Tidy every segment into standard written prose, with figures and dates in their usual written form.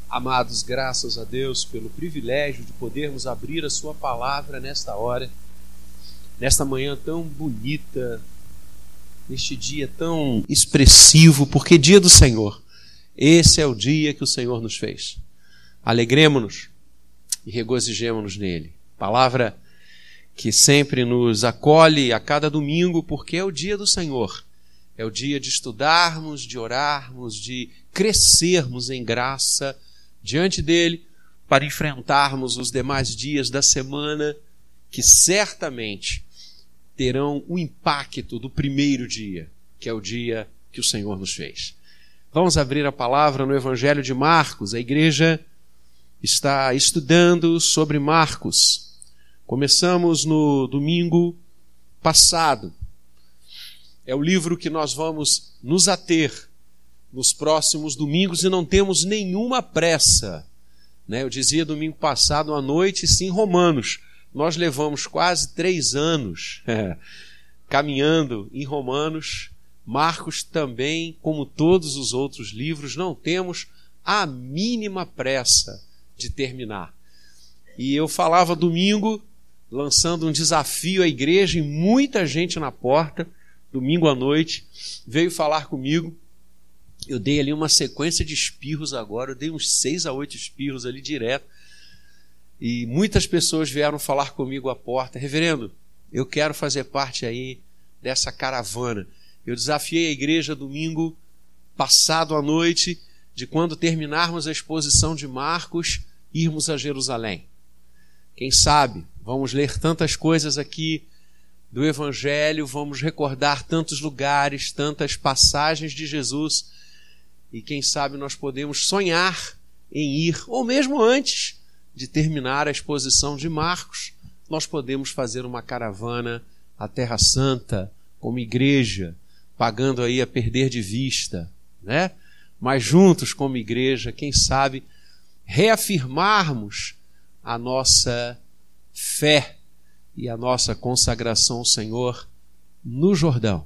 Amados, graças a Deus pelo privilégio de podermos abrir a sua palavra nesta hora, nesta manhã tão bonita, neste dia tão expressivo, porque dia do Senhor. Esse é o dia que o Senhor nos fez. Alegremo-nos e regozijemo-nos nele. Palavra que sempre nos acolhe a cada domingo, porque é o dia do Senhor. É o dia de estudarmos, de orarmos, de crescermos em graça diante dele, para enfrentarmos os demais dias da semana, que certamente terão o impacto do primeiro dia, que é o dia que o Senhor nos fez. Vamos abrir a palavra no Evangelho de Marcos. A igreja está estudando sobre Marcos. Começamos no domingo passado. É o livro que nós vamos nos ater nos próximos domingos e não temos nenhuma pressa. Eu dizia domingo passado à noite, sim, Romanos. Nós levamos quase 3 anos caminhando em Romanos. Marcos também, como todos os outros livros, não temos a mínima pressa de terminar. E eu falava domingo, lançando um desafio à igreja, e muita gente na porta, domingo à noite, veio falar comigo. Eu dei ali uma sequência de espirros agora, eu dei uns 6 a 8 espirros ali direto. E muitas pessoas vieram falar comigo à porta: reverendo, eu quero fazer parte aí dessa caravana. Eu desafiei a igreja domingo passado à noite, de quando terminarmos a exposição de Marcos, irmos a Jerusalém. Quem sabe, vamos ler tantas coisas aqui do Evangelho, vamos recordar tantos lugares, tantas passagens de Jesus, e quem sabe nós podemos sonhar em ir, ou mesmo antes de terminar a exposição de Marcos, nós podemos fazer uma caravana à Terra Santa, como igreja, pagando aí a perder de vista, né? Mas juntos como igreja, quem sabe, reafirmarmos a nossa fé e a nossa consagração ao Senhor no Jordão,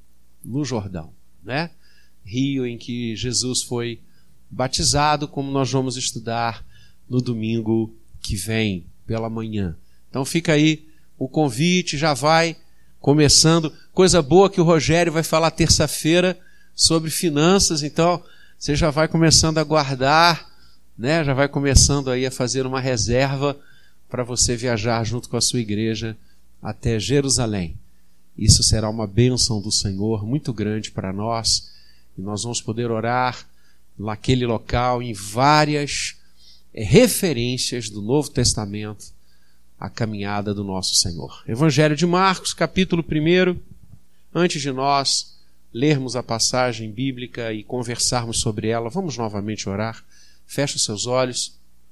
né? Rio em que Jesus foi batizado, como nós vamos estudar no domingo que vem, pela manhã. Então fica aí o convite, já vai começando. Coisa boa que o Rogério vai falar terça-feira sobre finanças, então você já vai começando a guardar, né? Já vai começando aí a fazer uma reserva para você viajar junto com a sua igreja até Jerusalém. Isso será uma bênção do Senhor muito grande para nós, e nós vamos poder orar naquele local em várias referências do Novo Testamento, a caminhada do nosso Senhor. Evangelho de Marcos, capítulo 1. Antes de nós lermos a passagem bíblica e conversarmos sobre ela, vamos novamente orar. Fecha os seus olhos.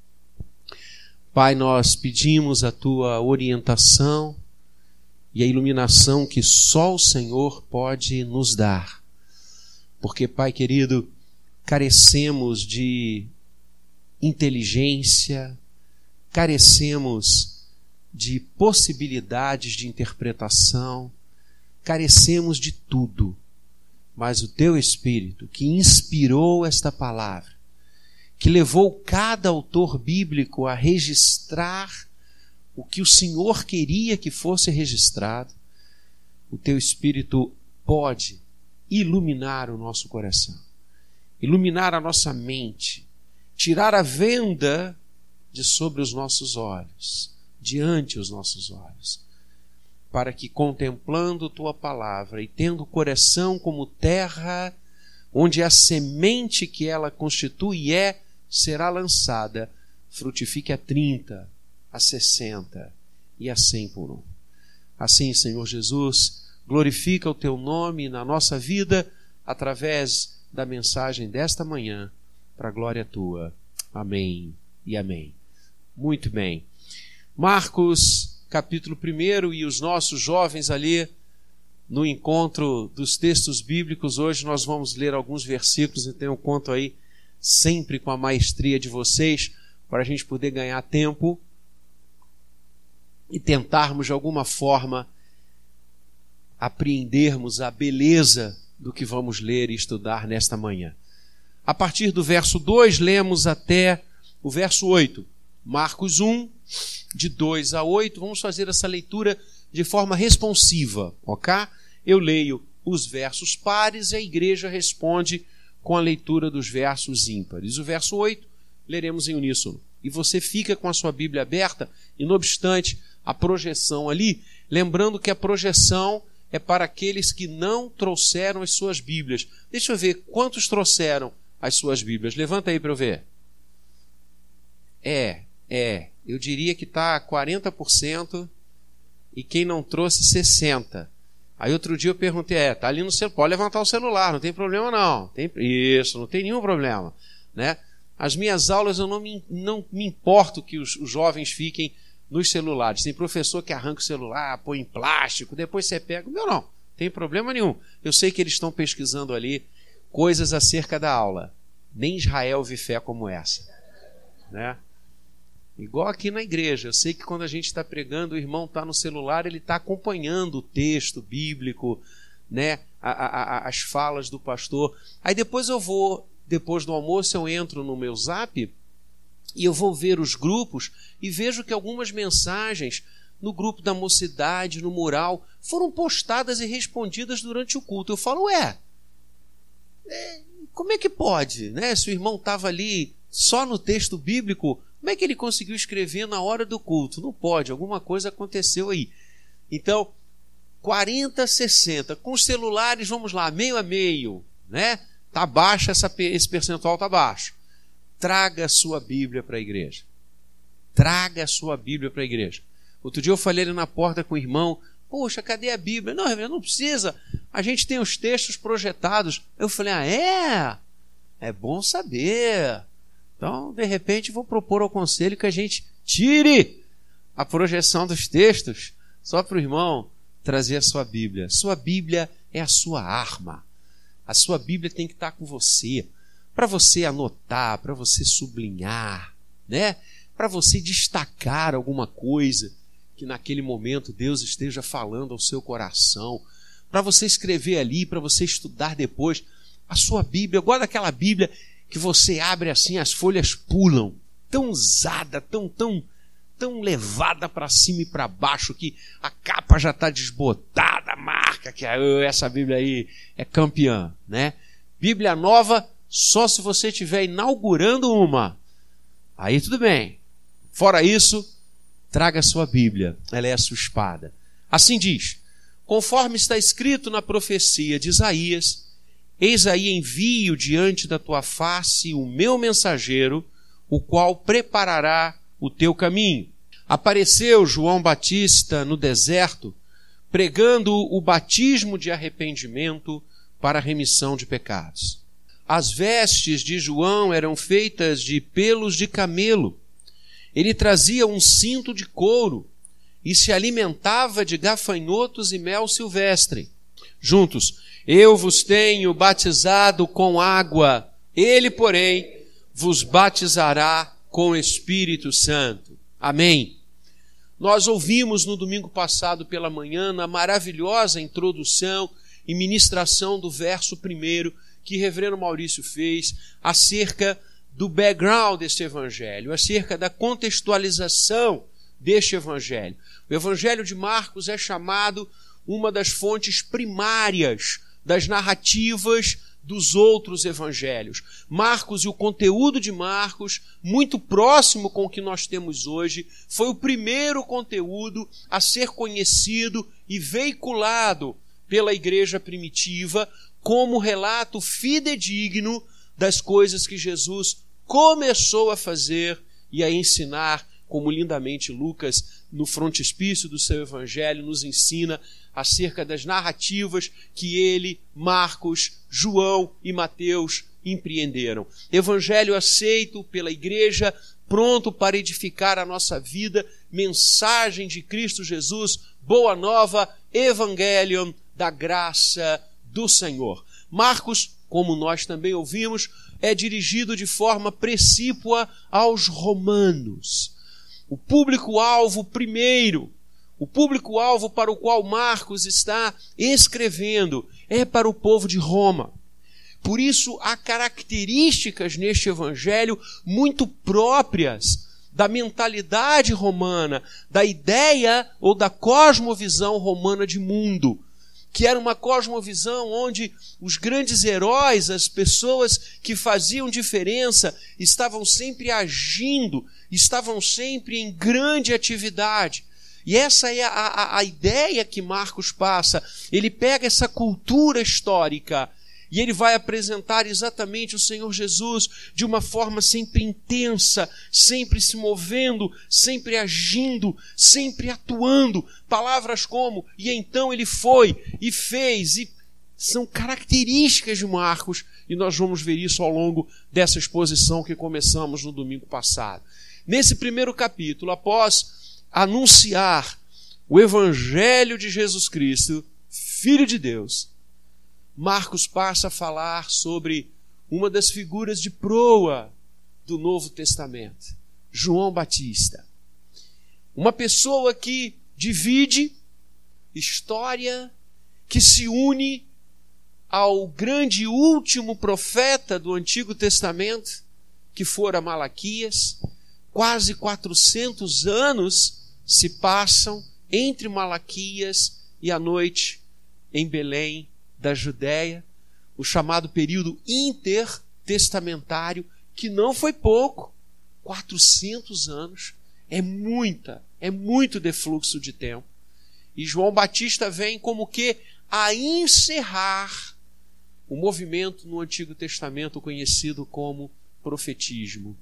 Pai, nós pedimos a Tua orientação e a iluminação que só o Senhor pode nos dar. Porque, Pai querido, carecemos de inteligência, carecemos de possibilidades de interpretação, carecemos de tudo. Mas o Teu Espírito, que inspirou esta palavra, que levou cada autor bíblico a registrar o que o Senhor queria que fosse registrado, o Teu Espírito pode iluminar o nosso coração, iluminar a nossa mente, tirar a venda de sobre os nossos olhos, diante os nossos olhos, para que, contemplando Tua palavra e tendo o coração como terra, onde a semente que ela constitui será lançada, frutifique a 30, a 60 e a 100 por 1. Assim, Senhor Jesus, glorifica o Teu nome na nossa vida através da mensagem desta manhã, para a glória Tua. Amém e amém. Muito bem. Marcos, capítulo 1, e os nossos jovens ali no encontro dos textos bíblicos. Hoje nós vamos ler alguns versículos, então eu conto aí sempre com a maestria de vocês, para a gente poder ganhar tempo e tentarmos de alguma forma apreendermos a beleza do que vamos ler e estudar nesta manhã. A partir do verso 2, lemos até o verso 8. Marcos 1, de 2 a 8. Vamos fazer essa leitura de forma responsiva, ok? Eu leio os versos pares e a igreja responde com a leitura dos versos ímpares. O verso 8, leremos em uníssono. E você fica com a sua Bíblia aberta, e não obstante a projeção ali, lembrando que a projeção é para aqueles que não trouxeram as suas Bíblias. Deixa eu ver quantos trouxeram as suas Bíblias. Levanta aí para eu ver. Eu diria que está 40% e quem não trouxe 60%. Aí outro dia eu perguntei, está ali no celular, pode levantar o celular, não tem problema não. Isso, não tem nenhum problema, né? As minhas aulas eu não me importo que os jovens fiquem nos celulares. Tem professor que arranca o celular, põe em plástico, depois você pega. O meu não tem problema nenhum. Eu sei que eles estão pesquisando ali coisas acerca da aula. Nem Israel vi fé como essa, né? Igual aqui na igreja. Eu sei que quando a gente está pregando, o irmão está no celular, ele está acompanhando o texto bíblico, né? As falas do pastor. Aí depois do almoço eu entro no meu Zap e eu vou ver os grupos e vejo que algumas mensagens no grupo da mocidade, no mural, foram postadas e respondidas durante o culto. Eu falo, como é que pode, né? Se o irmão estava ali só no texto bíblico, como é que ele conseguiu escrever na hora do culto? Não pode, alguma coisa aconteceu aí. Então, 40, 60. Com os celulares, vamos lá, meio a meio, né? Está baixo, esse percentual está baixo. Traga a sua Bíblia para a igreja. Traga a sua Bíblia para a igreja. Outro dia eu falei ali na porta com o irmão, poxa, cadê a Bíblia? Não, reverendo, não precisa. A gente tem os textos projetados. Eu falei, é bom saber. Então, de repente, vou propor ao conselho que a gente tire a projeção dos textos só para o irmão trazer a sua Bíblia. Sua Bíblia é a sua arma. A sua Bíblia tem que estar com você, para você anotar, para você sublinhar, né? Para você destacar alguma coisa que naquele momento Deus esteja falando ao seu coração, para você escrever ali, para você estudar depois. A sua Bíblia, igual daquela Bíblia que você abre assim, as folhas pulam, tão usada, tão levada para cima e para baixo, que a capa já está desbotada, marca que essa Bíblia aí é campeã, né? Bíblia nova, só se você estiver inaugurando uma. Aí tudo bem. Fora isso, traga a sua Bíblia, ela é a sua espada. Assim diz, conforme está escrito na profecia de Isaías, eis aí envio diante da tua face o meu mensageiro, o qual preparará o teu caminho. Apareceu João Batista no deserto, pregando o batismo de arrependimento para a remissão de pecados. As vestes de João eram feitas de pelos de camelo. Ele trazia um cinto de couro e se alimentava de gafanhotos e mel silvestre. Juntos, eu vos tenho batizado com água, ele, porém, vos batizará com o Espírito Santo. Amém. Nós ouvimos no domingo passado pela manhã, na maravilhosa introdução e ministração do verso 1 que o reverendo Maurício fez, acerca do background deste evangelho, acerca da contextualização deste evangelho. O evangelho de Marcos é chamado uma das fontes primárias das narrativas dos outros evangelhos. Marcos e o conteúdo de Marcos, muito próximo com o que nós temos hoje, foi o primeiro conteúdo a ser conhecido e veiculado pela igreja primitiva como relato fidedigno das coisas que Jesus começou a fazer e a ensinar, como lindamente Lucas, no frontispício do seu evangelho, nos ensina acerca das narrativas que ele, Marcos, João e Mateus empreenderam. Evangelho aceito pela igreja, pronto para edificar a nossa vida, mensagem de Cristo Jesus, boa nova, evangelium da graça do Senhor. Marcos, como nós também ouvimos, é dirigido de forma precípua aos romanos. O público-alvo primeiro, o público-alvo para o qual Marcos está escrevendo é para o povo de Roma. Por isso, há características neste evangelho muito próprias da mentalidade romana, da ideia ou da cosmovisão romana de mundo, que era uma cosmovisão onde os grandes heróis, as pessoas que faziam diferença, estavam sempre agindo, estavam sempre em grande atividade. E essa é a ideia que Marcos passa. Ele pega essa cultura histórica e ele vai apresentar exatamente o Senhor Jesus de uma forma sempre intensa, sempre se movendo, sempre agindo, sempre atuando. Palavras como, e então ele foi e fez, e são características de Marcos, e nós vamos ver isso ao longo dessa exposição que começamos no domingo passado. Nesse primeiro capítulo, após anunciar o Evangelho de Jesus Cristo, Filho de Deus, Marcos passa a falar sobre uma das figuras de proa do Novo Testamento, João Batista. Uma pessoa que divide história, que se une ao grande último profeta do Antigo Testamento, que fora Malaquias. Quase 400 anos se passam entre Malaquias e a noite em Belém da Judéia, o chamado período intertestamentário, que não foi pouco. 400 anos é muito defluxo de tempo. E João Batista vem como que a encerrar o movimento no Antigo Testamento conhecido como profetismo.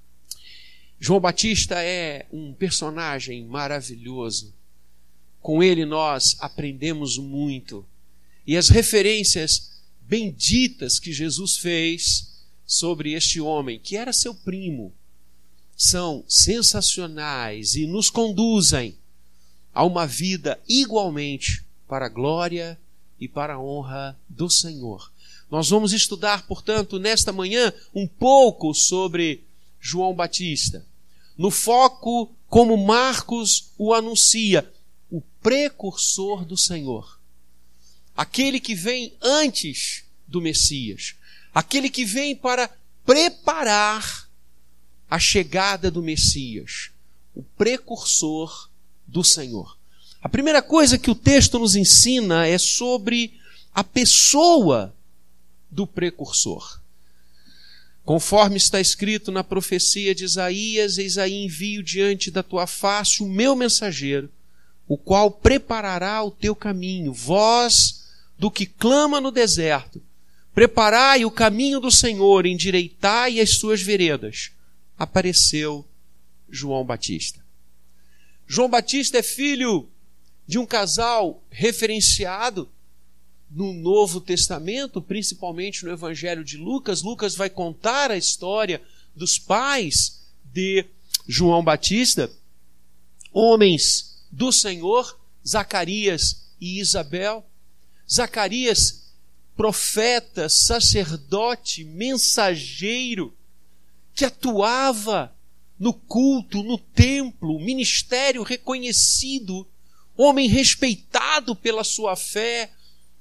João Batista é um personagem maravilhoso. Com ele nós aprendemos muito. E as referências benditas que Jesus fez sobre este homem, que era seu primo, são sensacionais e nos conduzem a uma vida igualmente para a glória e para a honra do Senhor. Nós vamos estudar, portanto, nesta manhã, um pouco sobre João Batista, no foco como Marcos o anuncia, o precursor do Senhor. Aquele que vem antes do Messias. Aquele que vem para preparar a chegada do Messias. O precursor do Senhor. A primeira coisa que o texto nos ensina é sobre a pessoa do precursor. Conforme está escrito na profecia de Isaías, eis aí envio diante da tua face o meu mensageiro, o qual preparará o teu caminho. Vós do que clama no deserto, preparai o caminho do Senhor, endireitai as suas veredas. Apareceu João Batista. João Batista é filho de um casal referenciado no Novo Testamento, principalmente no Evangelho de Lucas. Lucas vai contar a história dos pais de João Batista, homens do Senhor, Zacarias e Isabel. Zacarias, profeta, sacerdote, mensageiro, que atuava no culto, no templo, ministério reconhecido, homem respeitado pela sua fé,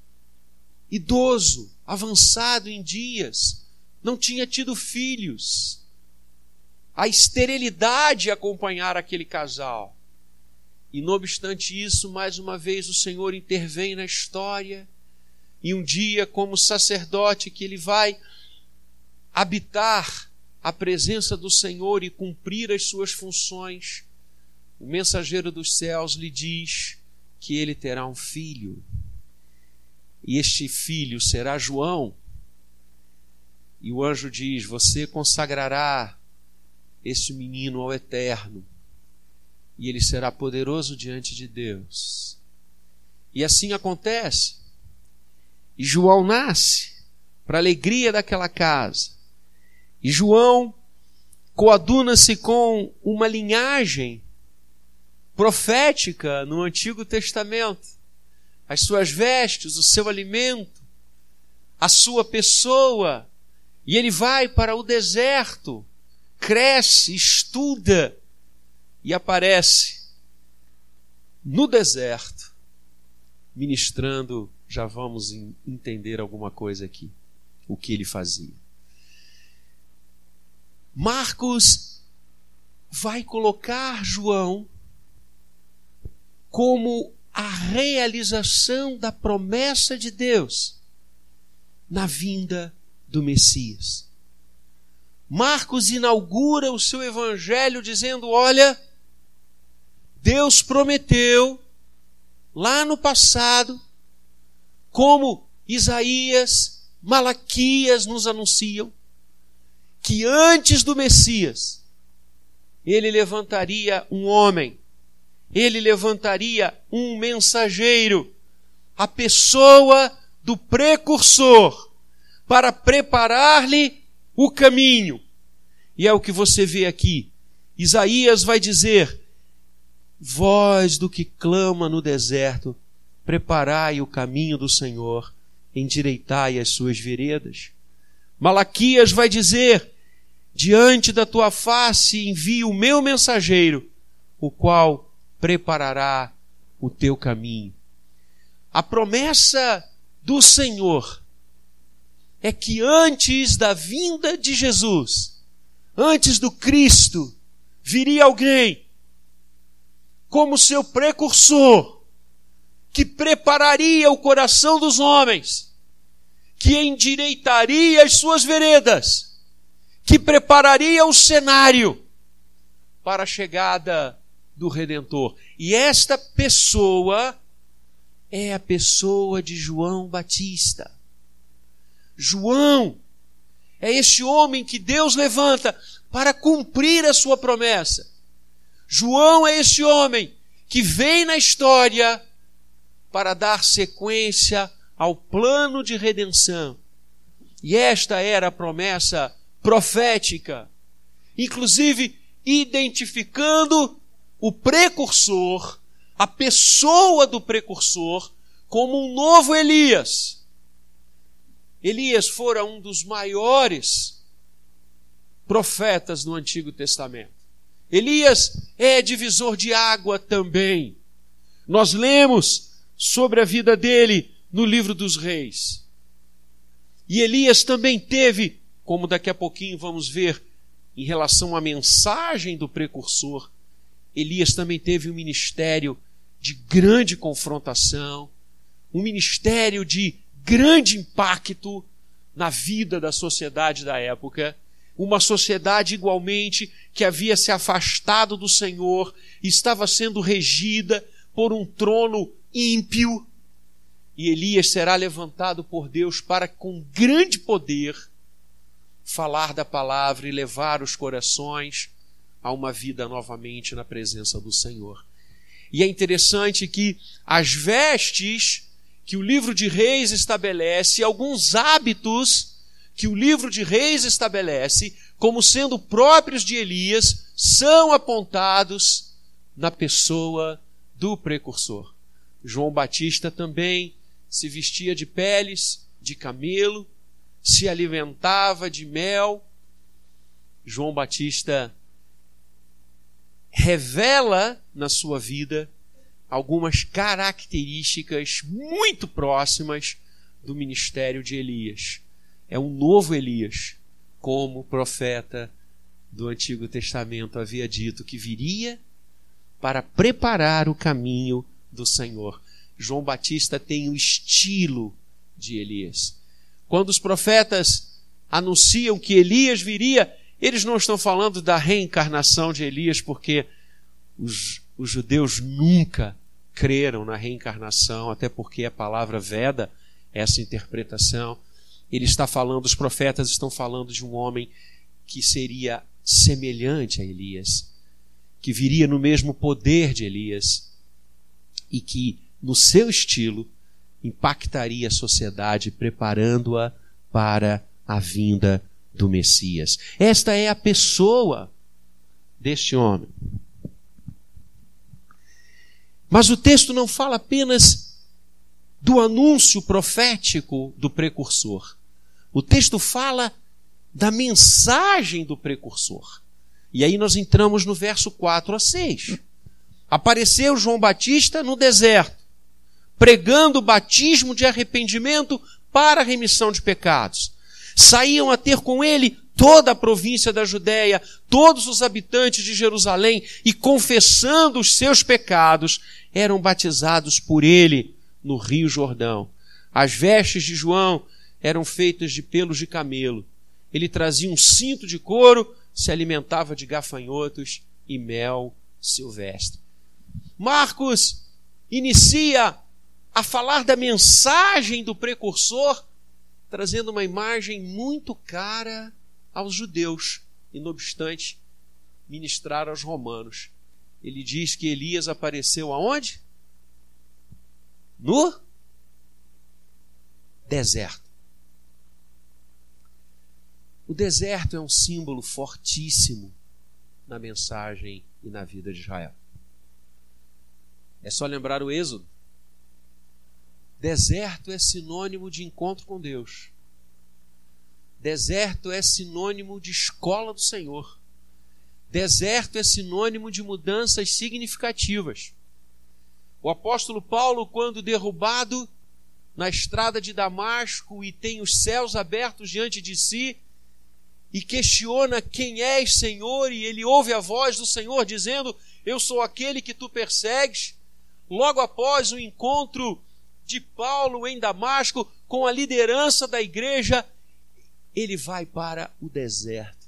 idoso, avançado em dias, não tinha tido filhos. A esterilidade acompanhara aquele casal. E não obstante isso, mais uma vez o Senhor intervém na história, e um dia, como sacerdote, que ele vai habitar a presença do Senhor e cumprir as suas funções, o mensageiro dos céus lhe diz que ele terá um filho, e este filho será João. E o anjo diz: você consagrará este menino ao Eterno, e ele será poderoso diante de Deus. E assim acontece. E João nasce para a alegria daquela casa. E João coaduna-se com uma linhagem profética no Antigo Testamento. As suas vestes, o seu alimento, a sua pessoa. E ele vai para o deserto, cresce, estuda, e aparece no deserto, ministrando. Já vamos entender alguma coisa aqui. o que ele fazia. Marcos vai colocar João como a realização da promessa de Deus na vinda do Messias. Marcos inaugura o seu evangelho dizendo: olha, Deus prometeu lá no passado, como Isaías, Malaquias nos anunciam, que antes do Messias, ele levantaria um homem, ele levantaria um mensageiro, a pessoa do precursor, para preparar-lhe o caminho. E é o que você vê aqui. Isaías vai dizer: voz do que clama no deserto, preparai o caminho do Senhor, endireitai as suas veredas. Malaquias vai dizer: diante da tua face envio o meu mensageiro, o qual preparará o teu caminho. A promessa do Senhor é que antes da vinda de Jesus, antes do Cristo, viria alguém como seu precursor, que prepararia o coração dos homens, que endireitaria as suas veredas, que prepararia o cenário para a chegada do Redentor. E esta pessoa é a pessoa de João Batista. João é esse homem que Deus levanta para cumprir a sua promessa. João é esse homem que vem na história para dar sequência ao plano de redenção. E esta era a promessa profética, inclusive identificando o precursor, a pessoa do precursor, como um novo Elias. Elias fora um dos maiores profetas no Antigo Testamento. Elias é divisor de água também. Nós lemos sobre a vida dele no livro dos Reis. E Elias também teve, como daqui a pouquinho vamos ver, em relação à mensagem do precursor, Elias também teve um ministério de grande confrontação, um ministério de grande impacto na vida da sociedade da época, uma sociedade igualmente que havia se afastado do Senhor e estava sendo regida por um trono ímpio. E Elias será levantado por Deus para, com grande poder, falar da palavra e levar os corações a uma vida novamente na presença do Senhor. E é interessante que as vestes que o livro de Reis estabelece, alguns hábitos que o livro de Reis estabelece como sendo próprios de Elias, são apontados na pessoa do precursor. João Batista também se vestia de peles de camelo, se alimentava de mel. João Batista revela na sua vida algumas características muito próximas do ministério de Elias. É um novo Elias, como o profeta do Antigo Testamento havia dito que viria para preparar o caminho do Senhor. João Batista tem o estilo de Elias. Quando os profetas anunciam que Elias viria, eles não estão falando da reencarnação de Elias, porque os judeus nunca creram na reencarnação, até porque a palavra veda essa interpretação. Os profetas estão falando de um homem que seria semelhante a Elias, que viria no mesmo poder de Elias e que, no seu estilo, impactaria a sociedade, preparando-a para a vinda do Messias. Esta é a pessoa deste homem. Mas o texto não fala apenas do anúncio profético do precursor. O texto fala da mensagem do precursor. E aí nós entramos no verso 4 a 6. Apareceu João Batista no deserto, pregando o batismo de arrependimento para a remissão de pecados. Saíam a ter com ele toda a província da Judéia, todos os habitantes de Jerusalém, e confessando os seus pecados, eram batizados por ele no Rio Jordão. As vestes de João eram feitas de pelos de camelo. Ele trazia um cinto de couro, se alimentava de gafanhotos e mel silvestre. Marcos inicia a falar da mensagem do precursor, trazendo uma imagem muito cara aos judeus, e não obstante, ministrar aos romanos. Ele diz que Elias apareceu aonde? No deserto. O deserto é um símbolo fortíssimo na mensagem e na vida de Israel. É só lembrar o Êxodo. Deserto é sinônimo de encontro com Deus. Deserto é sinônimo de escola do Senhor. Deserto é sinônimo de mudanças significativas. O apóstolo Paulo, quando derrubado na estrada de Damasco e tem os céus abertos diante de si e questiona quem és, Senhor, e ele ouve a voz do Senhor dizendo: eu sou aquele que tu persegues. Logo após o encontro de Paulo em Damasco com a liderança da igreja, ele vai para o deserto.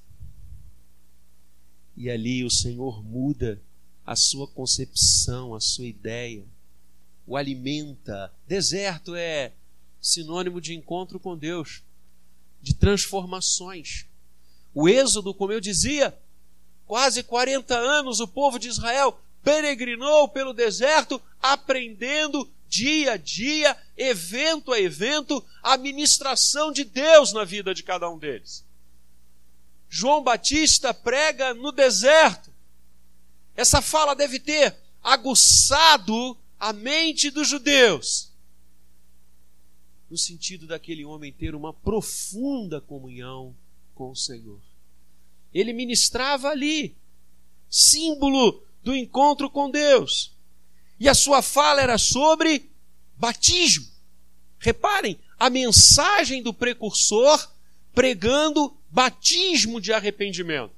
E ali o Senhor muda a sua concepção, a sua ideia, o alimenta. Deserto é sinônimo de encontro com Deus, de transformações. O Êxodo, como eu dizia, quase 40 anos o povo de Israel peregrinou pelo deserto, aprendendo dia a dia, evento a evento, a ministração de Deus na vida de cada um deles. João Batista prega no deserto. Essa fala deve ter aguçado a mente dos judeus, no sentido daquele homem ter uma profunda comunhão com o Senhor. Ele ministrava ali, símbolo do encontro com Deus. E a sua fala era sobre batismo. Reparem, a mensagem do precursor pregando batismo de arrependimento.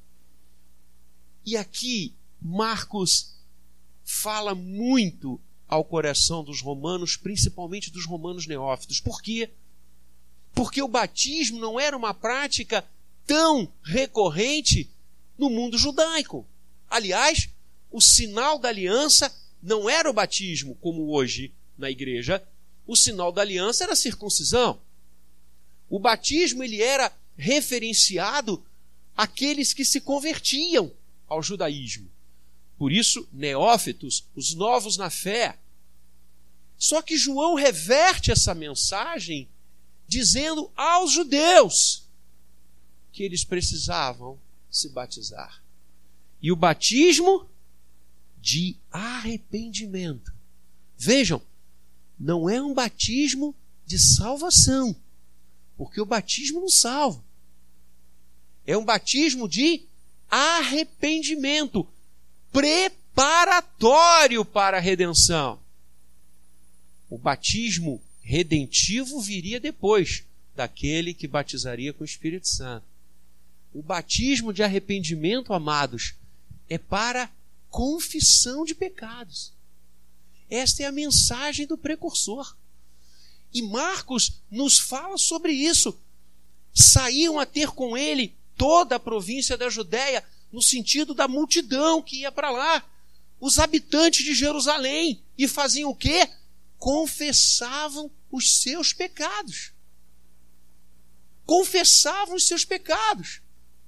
E aqui Marcos fala muito ao coração dos romanos, principalmente dos romanos neófitos. Por quê? Porque o batismo não era uma prática tão recorrente no mundo judaico. Aliás, o sinal da aliança não era o batismo, como hoje na igreja. O sinal da aliança era a circuncisão. O batismo ele era referenciado àqueles que se convertiam ao judaísmo. Por isso, neófitos, os novos na fé. Só que João reverte essa mensagem dizendo aos judeus que eles precisavam se batizar. E o batismo de arrependimento. Vejam, não é um batismo de salvação, porque o batismo não salva. É um batismo de arrependimento, preparatório para a redenção. O batismo redentivo viria depois daquele que batizaria com o Espírito Santo. O batismo de arrependimento, amados, é para confissão de pecados. Esta é a mensagem do precursor. E Marcos nos fala sobre isso. Saíam a ter com ele toda a província da Judéia, no sentido da multidão que ia para lá. Os habitantes de Jerusalém. E faziam o quê? Confessavam os seus pecados. Confessavam os seus pecados.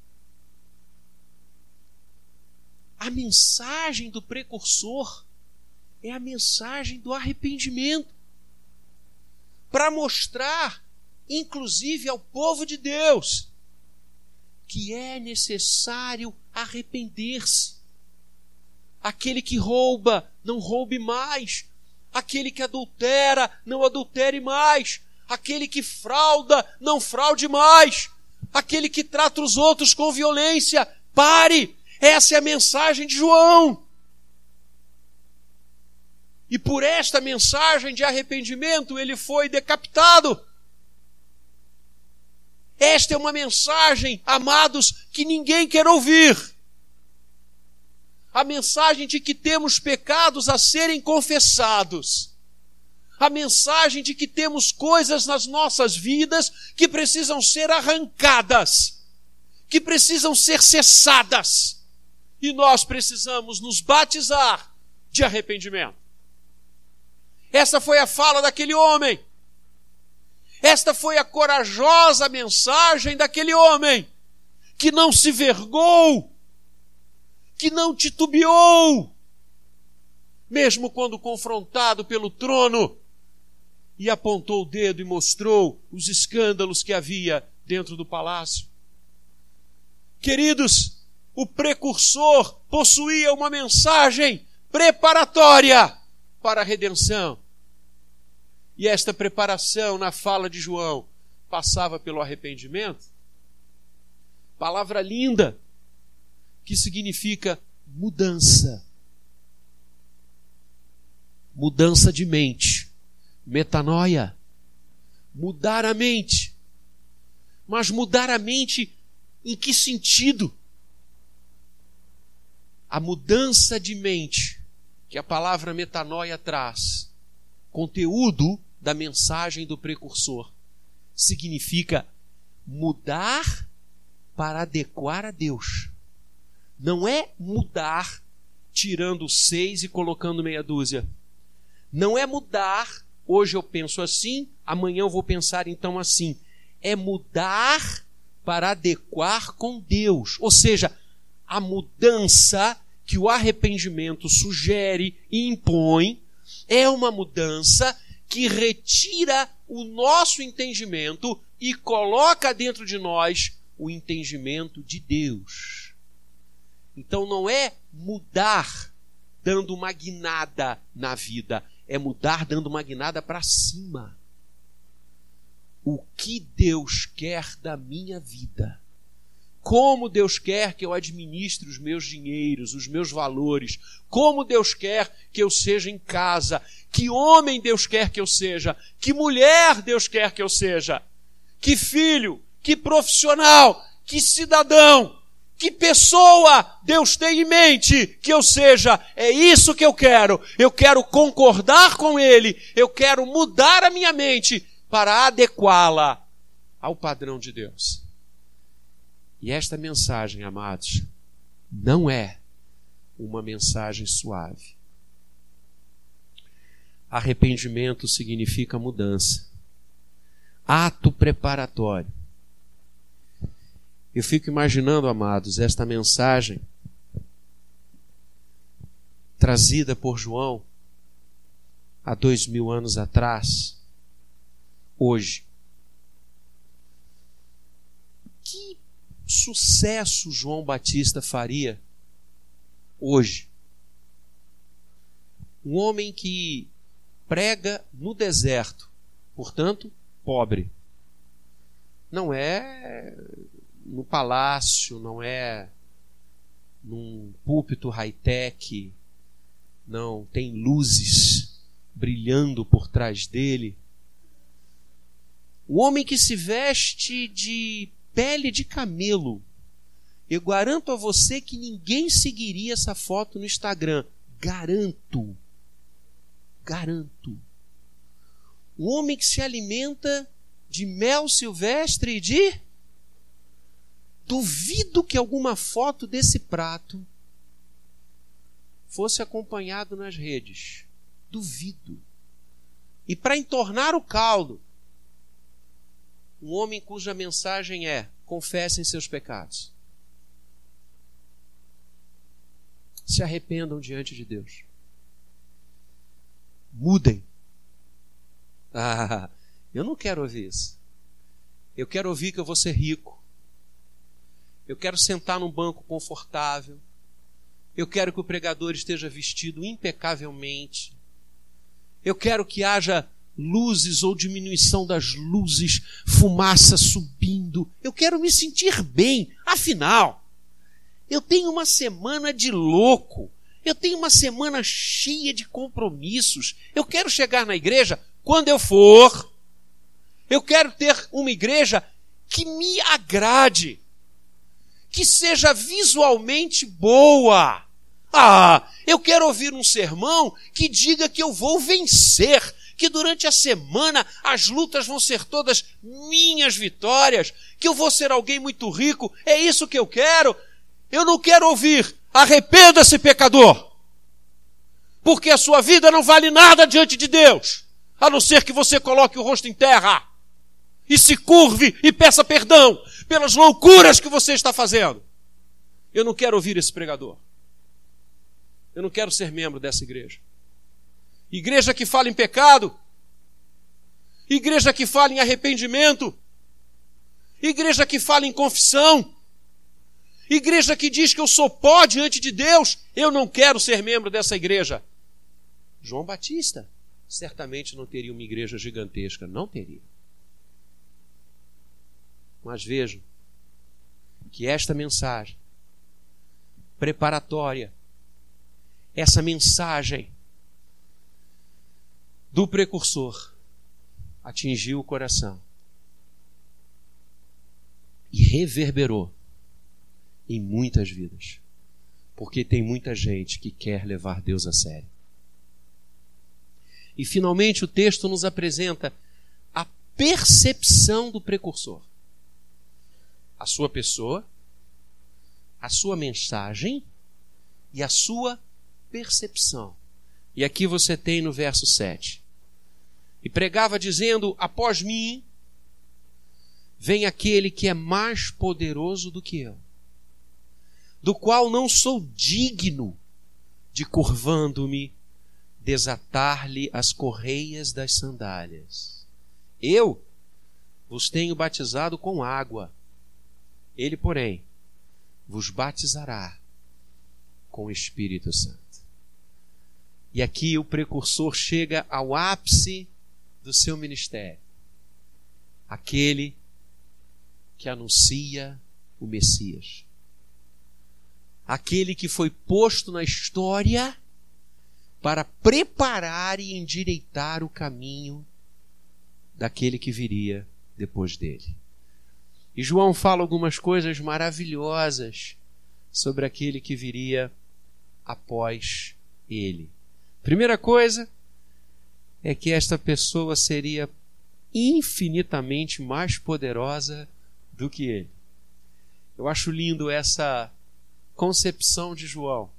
A mensagem do precursor é a mensagem do arrependimento, para mostrar, inclusive ao povo de Deus, que é necessário arrepender-se. Aquele que rouba, não roube mais. Aquele que adultera, não adultere mais. Aquele que frauda, não fraude mais. Aquele que trata os outros com violência, pare. Essa é a mensagem de João. E por esta mensagem de arrependimento, ele foi decapitado. Esta é uma mensagem, amados, que ninguém quer ouvir. A mensagem de que temos pecados a serem confessados. A mensagem de que temos coisas nas nossas vidas que precisam ser arrancadas, que precisam ser cessadas. E nós precisamos nos batizar de arrependimento. Essa foi a fala daquele homem. Esta foi a corajosa mensagem daquele homem que não se vergou, que não titubeou, mesmo quando confrontado pelo trono, e apontou o dedo e mostrou os escândalos que havia dentro do palácio. Queridos, o precursor possuía uma mensagem preparatória para a redenção. E esta preparação na fala de João passava pelo arrependimento. Palavra linda, que significa mudança. Mudança de mente. Metanoia. Mudar a mente. Mas mudar a mente em que sentido? A mudança de mente que a palavra metanoia traz, conteúdo da mensagem do precursor, significa mudar para adequar a Deus. Não é mudar tirando 6 e colocando meia dúzia. Não é mudar, hoje eu penso assim, amanhã eu vou pensar então assim. É mudar para adequar com Deus. Ou seja, a mudança que o arrependimento sugere e impõe é uma mudança que retira o nosso entendimento e coloca dentro de nós o entendimento de Deus. Então não é mudar dando uma guinada na vida, é mudar dando uma guinada para cima. O que Deus quer da minha vida? Como Deus quer que eu administre os meus dinheiros, os meus valores? Como Deus quer que eu seja em casa? Que homem Deus quer que eu seja? Que mulher Deus quer que eu seja? Que filho? Que profissional? Que cidadão? Que pessoa Deus tem em mente que eu seja? É isso que eu quero. Eu quero concordar com Ele. Eu quero mudar a minha mente para adequá-la ao padrão de Deus. E esta mensagem, amados, não é uma mensagem suave. Arrependimento significa mudança. Ato preparatório. Eu fico imaginando, amados, esta mensagem trazida por João há 2000 anos atrás, hoje. Que sucesso João Batista faria hoje? Um homem que prega no deserto, portanto, pobre. Não é no palácio, não é num púlpito high-tech, não tem luzes brilhando por trás dele. O homem que se veste de pele de camelo. Eu garanto a você que ninguém seguiria essa foto no Instagram. Garanto. Garanto. Um homem que se alimenta de mel silvestre e de... Duvido que alguma foto desse prato fosse acompanhado nas redes. Duvido. E para entornar o caldo, um homem cuja mensagem é: confessem seus pecados. Se arrependam diante de Deus. Mudem. Eu não quero ouvir isso. Eu quero ouvir que eu vou ser rico. Eu quero sentar num banco confortável. Eu quero que o pregador esteja vestido impecavelmente. Eu quero que haja luzes ou diminuição das luzes, fumaça subindo. Eu quero me sentir bem. Afinal, eu tenho uma semana de louco. Eu tenho uma semana cheia de compromissos. Eu quero chegar na igreja quando eu for. Eu quero ter uma igreja que me agrade, que seja visualmente boa. Eu quero ouvir um sermão que diga que eu vou vencer, que durante a semana as lutas vão ser todas minhas vitórias, que eu vou ser alguém muito rico. É isso que eu quero. Eu não quero ouvir: arrependa-se, pecador, porque a sua vida não vale nada diante de Deus, a não ser que você coloque o rosto em terra e se curve e peça perdão pelas loucuras que você está fazendo. Eu não quero ouvir esse pregador. Eu não quero ser membro dessa igreja. Igreja que fala em pecado, igreja que fala em arrependimento, igreja que fala em confissão, igreja que diz que eu sou pó diante de Deus. Eu não quero ser membro dessa igreja. João Batista certamente não teria uma igreja gigantesca, não teria. Mas vejam que esta mensagem preparatória, essa mensagem do precursor, atingiu o coração e reverberou em muitas vidas, porque tem muita gente que quer levar Deus a sério. E finalmente o texto nos apresenta a percepção do precursor, a sua pessoa, a sua mensagem e a sua percepção. E aqui você tem no verso 7: e pregava dizendo: após mim vem aquele que é mais poderoso do que eu, do qual não sou digno de, curvando-me, desatar-lhe as correias das sandálias. Eu vos tenho batizado com água, ele, porém, vos batizará com o Espírito Santo. E aqui o precursor chega ao ápice do seu ministério. Aquele que anuncia o Messias. Aquele que foi posto na história para preparar e endireitar o caminho daquele que viria depois dele. E João fala algumas coisas maravilhosas sobre aquele que viria após ele. Primeira coisa é que esta pessoa seria infinitamente mais poderosa do que ele. Eu acho lindo essa concepção de João.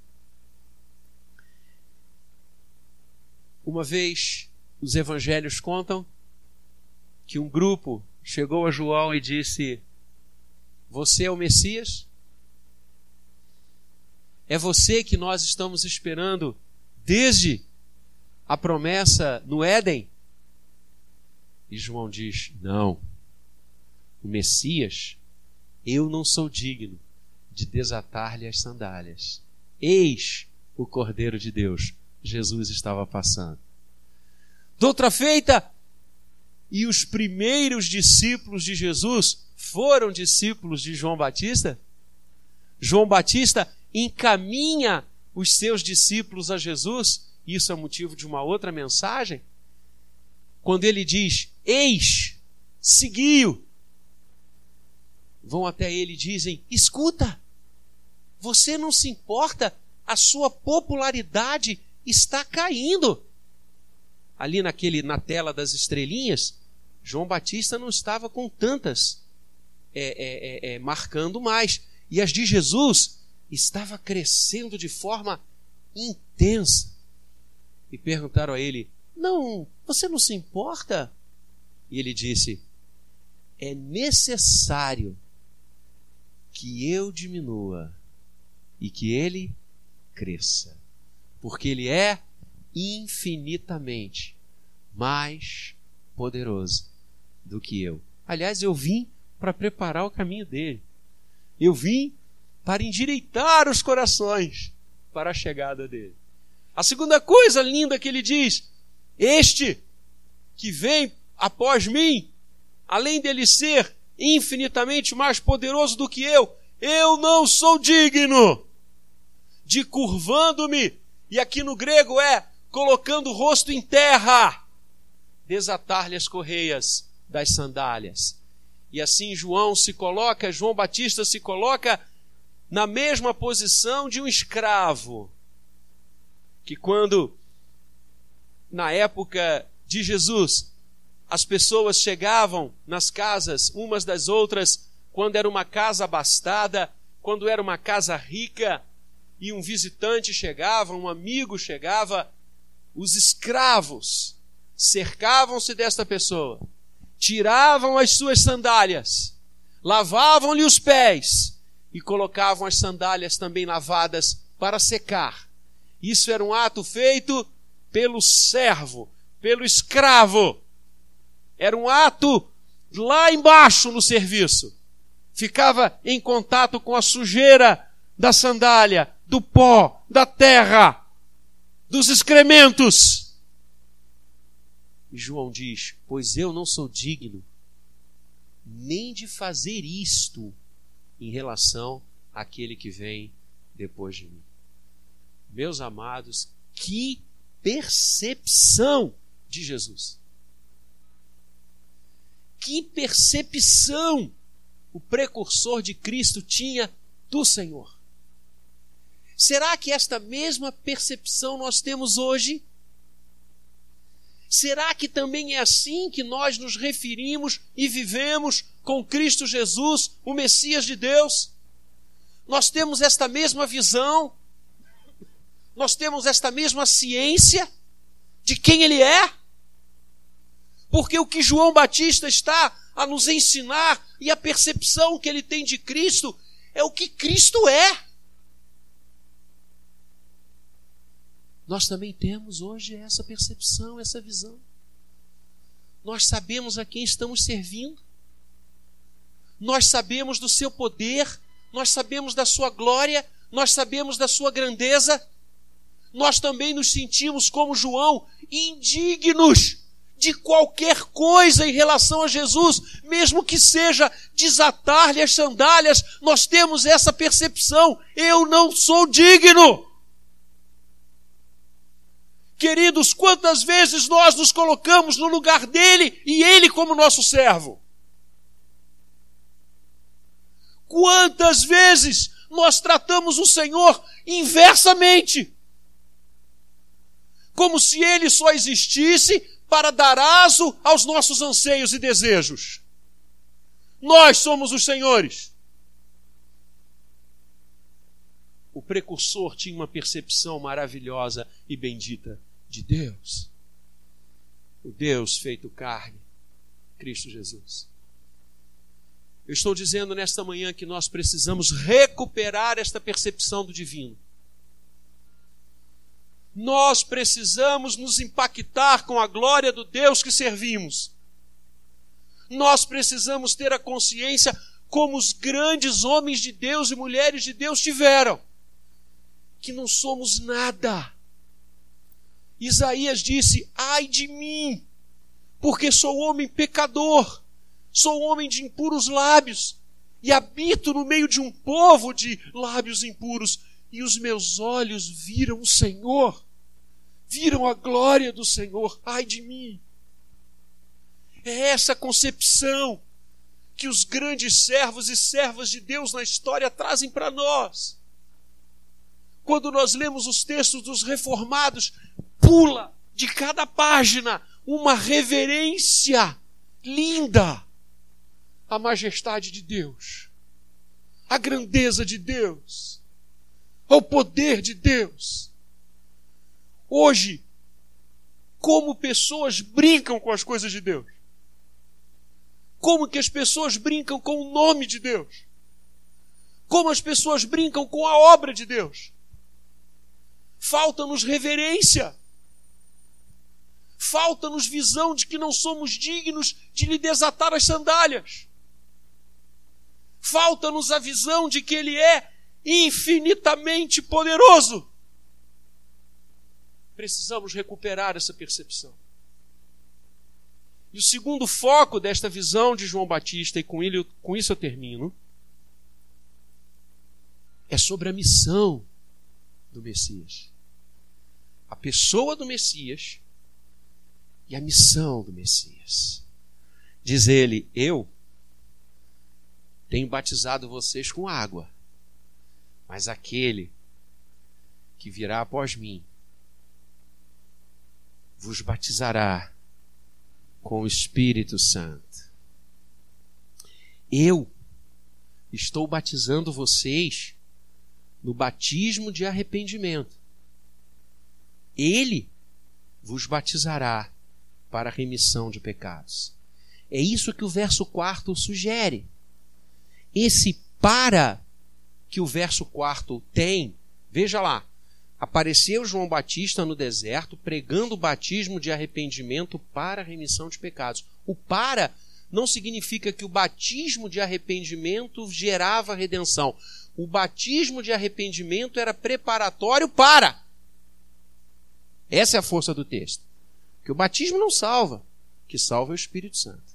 Uma vez, os evangelhos contam que um grupo chegou a João e disse: você é o Messias? É você que nós estamos esperando desde a promessa no Éden? E João diz: não, o Messias, eu não sou digno de desatar-lhe as sandálias. Eis o Cordeiro de Deus. Jesus estava passando. Doutra feita, e os primeiros discípulos de Jesus foram discípulos de João Batista. João Batista encaminha os seus discípulos a Jesus. Isso é motivo de uma outra mensagem. Quando ele diz: eis, segui-o. Vão até ele e dizem: escuta, você não se importa, a sua popularidade está caindo. Ali na tela das estrelinhas, João Batista não estava com tantas marcando mais. E as de Jesus estava crescendo de forma intensa. E perguntaram a ele: não, você não se importa? E ele disse: é necessário que eu diminua e que ele cresça, porque ele é infinitamente mais poderoso do que eu. Aliás, eu vim para preparar o caminho dele. Eu vim para endireitar os corações para a chegada dele. A segunda coisa linda que ele diz: este que vem após mim, além dele ser infinitamente mais poderoso do que eu não sou digno de, curvando-me, e aqui no grego é colocando o rosto em terra, desatar-lhe as correias das sandálias. E assim João Batista se coloca na mesma posição de um escravo, que quando, na época de Jesus, as pessoas chegavam nas casas umas das outras, quando era uma casa abastada, quando era uma casa rica, e um visitante chegava, um amigo chegava, os escravos cercavam-se desta pessoa, tiravam as suas sandálias, lavavam-lhe os pés e colocavam as sandálias também lavadas para secar. Isso era um ato feito pelo servo, pelo escravo. Era um ato lá embaixo no serviço. Ficava em contato com a sujeira da sandália, do pó, da terra, dos excrementos. E João diz: pois eu não sou digno nem de fazer isto em relação àquele que vem depois de mim. Meus amados, que percepção de Jesus! Que percepção o precursor de Cristo tinha do Senhor! Será que esta mesma percepção nós temos hoje? Será que também é assim que nós nos referimos e vivemos com Cristo Jesus, o Messias de Deus? Nós temos esta mesma visão? Nós temos esta mesma ciência de quem Ele é? Porque o que João Batista está a nos ensinar e a percepção que ele tem de Cristo é o que Cristo é. Nós também temos hoje essa percepção, essa visão. Nós sabemos a quem estamos servindo. Nós sabemos do seu poder, nós sabemos da sua glória, nós sabemos da sua grandeza. Nós também nos sentimos, como João, indignos de qualquer coisa em relação a Jesus, mesmo que seja desatar-lhe as sandálias. Nós temos essa percepção: eu não sou digno. Queridos, quantas vezes nós nos colocamos no lugar dele e ele como nosso servo? Quantas vezes nós tratamos o Senhor inversamente, como se ele só existisse para dar aso aos nossos anseios e desejos. Nós somos os senhores. O precursor tinha uma percepção maravilhosa e bendita de Deus. O Deus feito carne, Cristo Jesus. Eu estou dizendo nesta manhã que nós precisamos recuperar esta percepção do divino. Nós precisamos nos impactar com a glória do Deus que servimos. Nós precisamos ter a consciência como os grandes homens de Deus e mulheres de Deus tiveram, que não somos nada. Isaías disse: ai de mim, porque sou homem pecador, sou homem de impuros lábios, e habito no meio de um povo de lábios impuros, e os meus olhos viram o Senhor, viram a glória do Senhor. Ai de mim! É essa concepção que os grandes servos e servas de Deus na história trazem para nós. Quando nós lemos os textos dos reformados, pula de cada página uma reverência linda à majestade de Deus, à grandeza de Deus, ao poder de Deus. Hoje, como pessoas brincam com as coisas de Deus. Como que as pessoas brincam com o nome de Deus. Como as pessoas brincam com a obra de Deus. Falta-nos reverência. Falta-nos visão de que não somos dignos de lhe desatar as sandálias. Falta-nos a visão de que Ele é infinitamente poderoso. Precisamos recuperar essa percepção. E o segundo foco desta visão de João Batista, e com isso eu termino, é sobre a missão do Messias. A pessoa do Messias e a missão do Messias. Diz ele: eu tenho batizado vocês com água, mas aquele que virá após mim vos batizará com o Espírito Santo. Eu estou batizando vocês no batismo de arrependimento. Ele vos batizará para a remissão de pecados. É isso que o verso 4 sugere. Esse para que o verso 4 tem, veja lá, apareceu João Batista no deserto pregando o batismo de arrependimento para a remissão de pecados. O para não significa que o batismo de arrependimento gerava redenção. O batismo de arrependimento era preparatório para. Essa é a força do texto. Que o batismo não salva. O que salva é o Espírito Santo.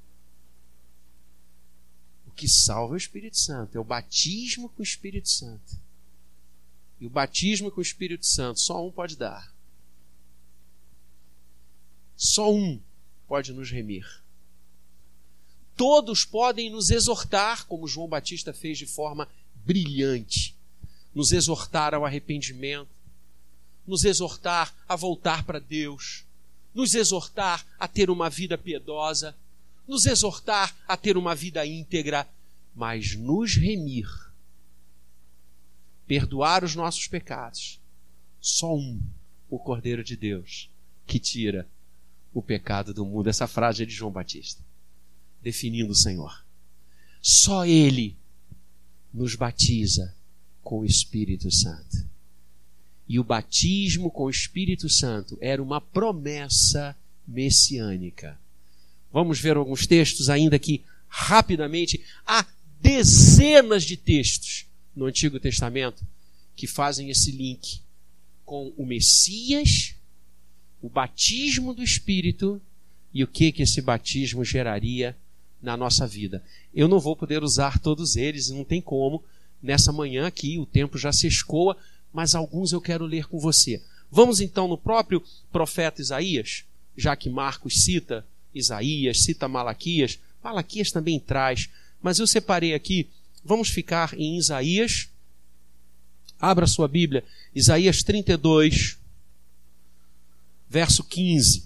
O que salva é o Espírito Santo. É o batismo com o Espírito Santo. E o batismo com o Espírito Santo só um pode dar. Só um pode nos remir. Todos podem nos exortar, como João Batista fez de forma brilhante. Nos exortar ao arrependimento. Nos exortar a voltar para Deus. Nos exortar a ter uma vida piedosa. Nos exortar a ter uma vida íntegra. Mas nos remir. Perdoar os nossos pecados. Só um, o Cordeiro de Deus, que tira o pecado do mundo. Essa frase é de João Batista, definindo o Senhor. Só Ele nos batiza com o Espírito Santo. E o batismo com o Espírito Santo era uma promessa messiânica. Vamos ver alguns textos ainda aqui rapidamente. Há dezenas de textos no Antigo Testamento que fazem esse link com o Messias, o batismo do Espírito e o que esse batismo geraria na nossa vida. Eu não vou poder usar todos eles, não tem como, nessa manhã aqui, o tempo já se escoa, mas alguns eu quero ler com você. Vamos então no próprio profeta Isaías, já que Marcos cita Isaías, cita Malaquias, Malaquias também traz, mas eu separei aqui. Vamos ficar em Isaías. Abra sua Bíblia. Isaías 32, verso 15.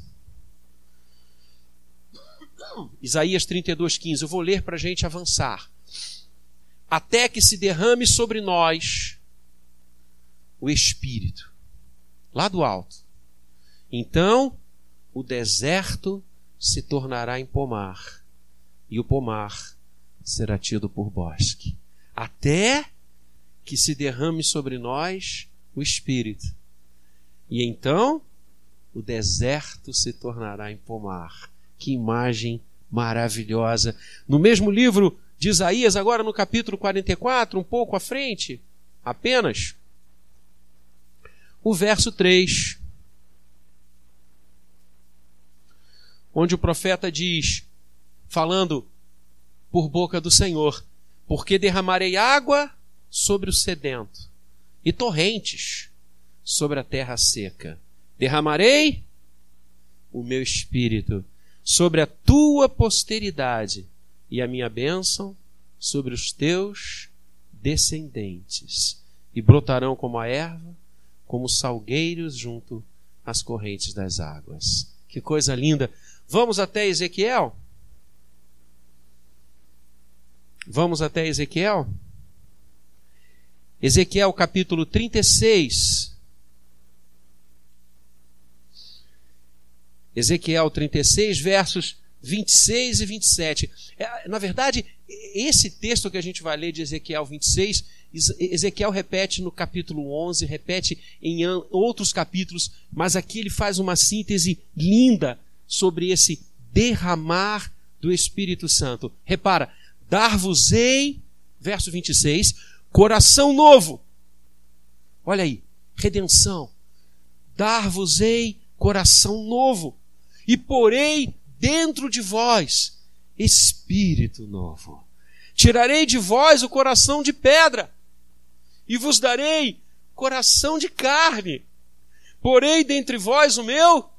Isaías 32, 15. Eu vou ler para a gente avançar. Até que se derrame sobre nós o Espírito. Lá do alto. Então, o deserto se tornará em pomar. E o pomar será tido por bosque, até que se derrame sobre nós o Espírito. E então o deserto se tornará em pomar. Que imagem maravilhosa. No mesmo livro de Isaías, agora no capítulo 44, um pouco à frente, apenas, o verso 3, onde o profeta diz, falando por boca do Senhor, porque derramarei água sobre o sedento e torrentes sobre a terra seca. Derramarei o meu espírito sobre a tua posteridade e a minha bênção sobre os teus descendentes. E brotarão como a erva, como salgueiros junto às correntes das águas. Que coisa linda! Vamos até Ezequiel? Vamos até Ezequiel? Ezequiel capítulo 36. Ezequiel 36, versos 26 e 27. Na verdade, esse texto que a gente vai ler de Ezequiel 26, Ezequiel repete no capítulo 11, repete em outros capítulos, mas aqui ele faz uma síntese linda sobre esse derramar do Espírito Santo. Repara, dar-vos-ei, verso 26, coração novo. Olha aí, redenção. Dar-vos-ei coração novo, e porei dentro de vós espírito novo. Tirarei de vós o coração de pedra, e vos darei coração de carne. Porei dentre vós o meu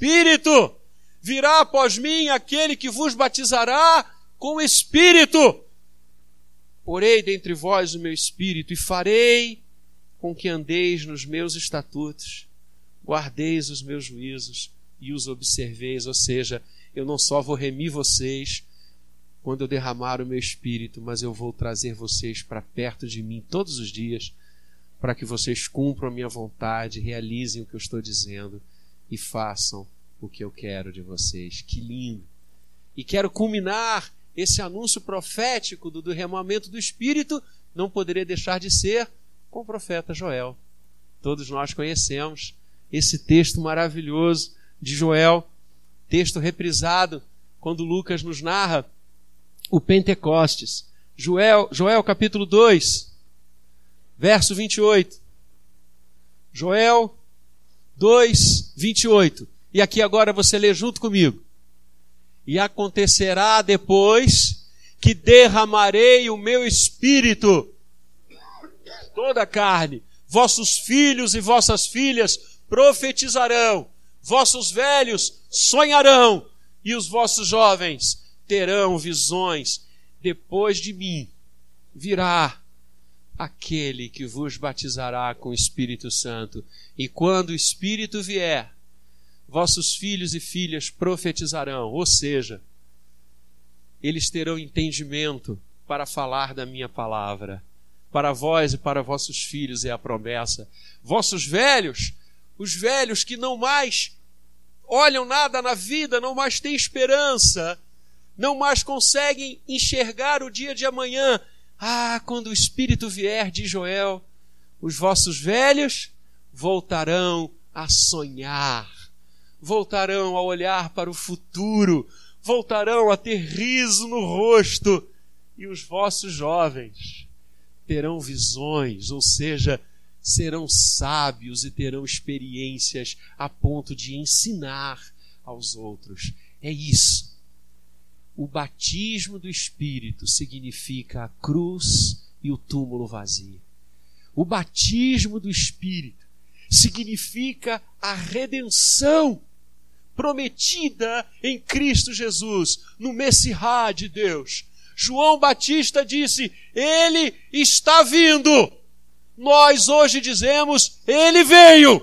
espírito. Virá após mim aquele que vos batizará com o Espírito porei dentre vós o meu espírito e farei com que andeis nos meus estatutos, guardeis os meus juízos e os observeis. Ou seja, eu não só vou remir vocês quando eu derramar o meu espírito, mas eu vou trazer vocês para perto de mim todos os dias, para que vocês cumpram a minha vontade, realizem o que eu estou dizendo e façam o que eu quero de vocês. Que lindo! E quero culminar esse anúncio profético do derramamento do Espírito, não poderia deixar de ser com o profeta Joel. Todos nós conhecemos esse texto maravilhoso de Joel, texto reprisado quando Lucas nos narra o Pentecostes. Joel capítulo 2, verso 28. Joel 2, 28. E aqui agora você lê junto comigo. E acontecerá depois que derramarei o meu espírito toda a carne. Vossos filhos e vossas filhas profetizarão, vossos velhos sonharão e os vossos jovens terão visões. Depois de mim virá aquele que vos batizará com o Espírito Santo. E quando o Espírito vier, vossos filhos e filhas profetizarão. Ou seja, eles terão entendimento para falar da minha palavra. Para vós e para vossos filhos é a promessa. Vossos velhos, os velhos que não mais olham nada na vida, não mais têm esperança, não mais conseguem enxergar o dia de amanhã. Quando o Espírito vier, diz Joel, os vossos velhos voltarão a sonhar, voltarão a olhar para o futuro, voltarão a ter riso no rosto, e os vossos jovens terão visões, ou seja, serão sábios e terão experiências a ponto de ensinar aos outros. É isso. O batismo do Espírito significa a cruz e o túmulo vazio. O batismo do Espírito significa a redenção prometida em Cristo Jesus, no Messiá de Deus. João Batista disse, ele está vindo. Nós hoje dizemos, ele veio.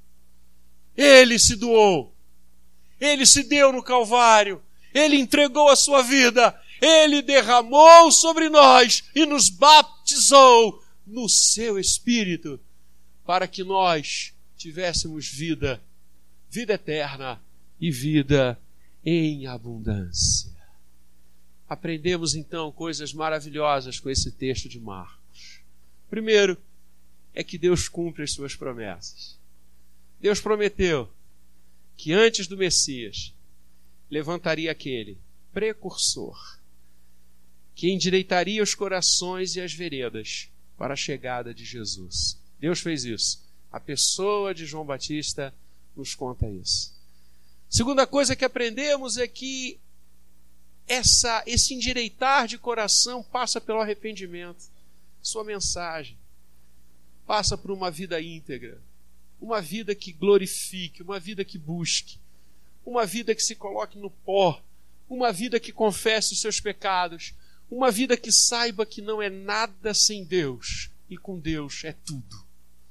Ele se doou. Ele se deu no Calvário. Ele entregou a sua vida. Ele derramou sobre nós e nos batizou no seu Espírito para que nós tivéssemos vida eterna e vida em abundância. Aprendemos então coisas maravilhosas com esse texto de Marcos. Primeiro, é que Deus cumpre as suas promessas. Deus prometeu que antes do Messias levantaria aquele precursor que endireitaria os corações e as veredas para a chegada de Jesus. Deus fez isso. A pessoa de João Batista nos conta isso. Segunda coisa que aprendemos é que esse endireitar de coração passa pelo arrependimento. Sua mensagem passa por uma vida íntegra, uma vida que glorifique, uma vida que busque, uma vida que se coloque no pó, uma vida que confesse os seus pecados, uma vida que saiba que não é nada sem Deus e com Deus é tudo.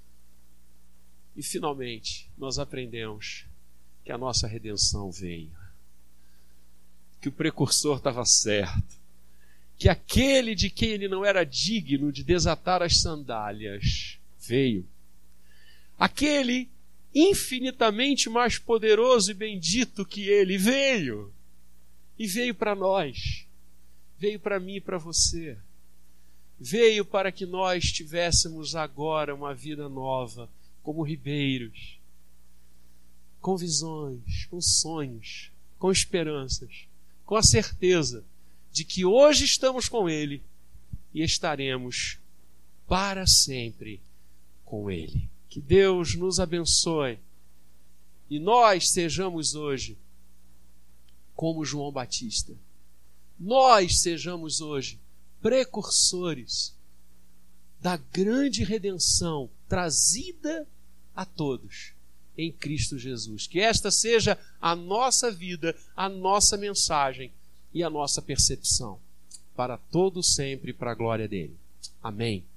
E finalmente nós aprendemos que a nossa redenção veio, que o precursor estava certo, que aquele de quem ele não era digno de desatar as sandálias veio. Aquele infinitamente mais poderoso e bendito que ele veio. E veio para nós, veio para mim e para você. Veio para que nós tivéssemos agora uma vida nova, como ribeiros, com visões, com sonhos, com esperanças, com a certeza de que hoje estamos com Ele e estaremos para sempre com Ele. Que Deus nos abençoe e nós sejamos hoje como João Batista. Nós sejamos hoje precursores da grande redenção trazida a todos em Cristo Jesus. Que esta seja a nossa vida, a nossa mensagem e a nossa percepção. para todo sempre, para a glória dele. Amém.